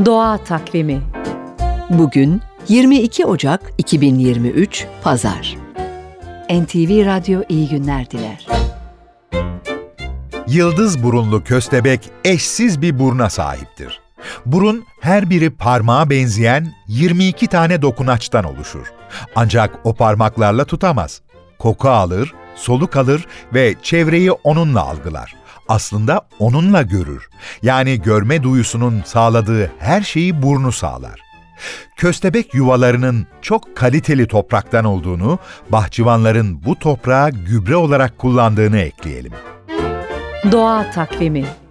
Doğa Takvimi. Bugün 22 Ocak 2023 Pazar. NTV Radyo iyi günler diler. Yıldız burunlu köstebek eşsiz bir buruna sahiptir. Burun her biri parmağa benzeyen 22 tane dokunaçtan oluşur. Ancak o parmaklarla tutamaz. Koku alır, soluk alır ve çevreyi onunla algılar. Aslında onunla görür. Yani görme duyusunun sağladığı her şeyi burnu sağlar. Köstebek yuvalarının çok kaliteli topraktan olduğunu, bahçıvanların bu toprağı gübre olarak kullandığını ekleyelim. Doğa Takvimi.